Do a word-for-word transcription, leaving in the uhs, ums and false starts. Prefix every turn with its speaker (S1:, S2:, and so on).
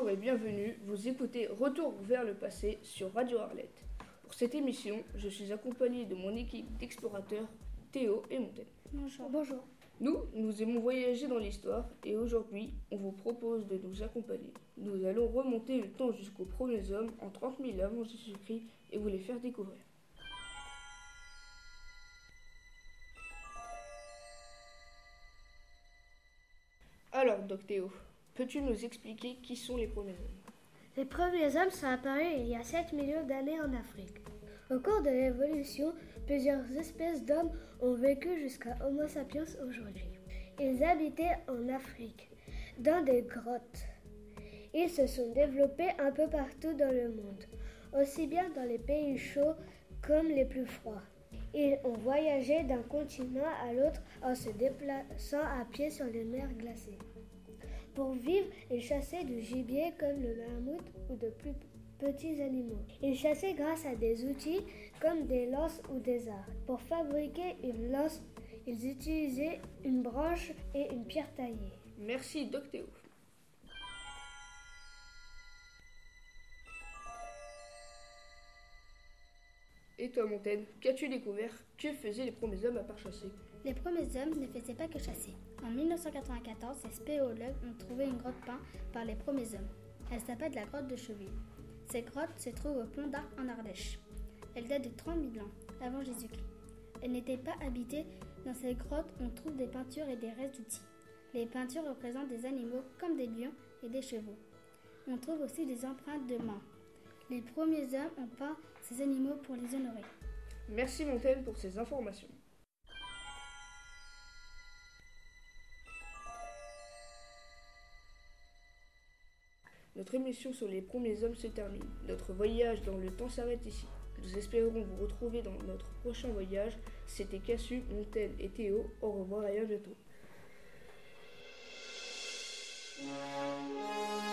S1: Bonjour et bienvenue, vous écoutez Retour vers le passé sur Radio Arlette. Pour cette émission, je suis accompagné de mon équipe d'explorateurs, Théo et Montaigne.
S2: Bonjour. Bonjour.
S1: Nous, nous aimons voyager dans l'histoire et aujourd'hui, on vous propose de nous accompagner. Nous allons remonter le temps jusqu'aux premiers hommes en trente mille avant Jésus-Christ et vous les faire découvrir. Alors, Doc Théo, peux-tu nous expliquer qui sont les premiers hommes ?
S2: Les premiers hommes sont apparus il y a sept millions d'années en Afrique. Au cours de l'évolution, plusieurs espèces d'hommes ont vécu jusqu'à Homo sapiens aujourd'hui. Ils habitaient en Afrique, dans des grottes. Ils se sont développés un peu partout dans le monde, aussi bien dans les pays chauds comme les plus froids. Ils ont voyagé d'un continent à l'autre en se déplaçant à pied sur les mers glacées. Pour vivre, ils chassaient du gibier comme le mammouth ou de plus petits animaux. Ils chassaient grâce à des outils comme des lances ou des arcs. Pour fabriquer une lance, ils utilisaient une branche et une pierre taillée.
S1: Merci, Doc Théo. Et toi, Montaigne, qu'as-tu découvert ? Que faisaient les premiers hommes à part chasser ?
S3: Les premiers hommes ne faisaient pas que chasser. En mille neuf cent quatre-vingt-quatorze, les spéléologues ont trouvé une grotte peinte par les premiers hommes. Elle s'appelle la grotte de Cheville. Cette grotte se trouve au pont d'Arc en Ardèche. Elle date de trente mille ans, avant Jésus-Christ. Elle n'était pas habitée. Dans cette grotte, on trouve des peintures et des restes d'outils. Les peintures représentent des animaux comme des lions et des chevaux. On trouve aussi des empreintes de mains. Les premiers hommes ont peint ces animaux pour les honorer.
S1: Merci Montaigne pour ces informations. Notre émission sur les premiers hommes se termine. Notre voyage dans le temps s'arrête ici. Nous espérons vous retrouver dans notre prochain voyage. C'était Cassu, Montaigne et Théo. Au revoir et à bientôt.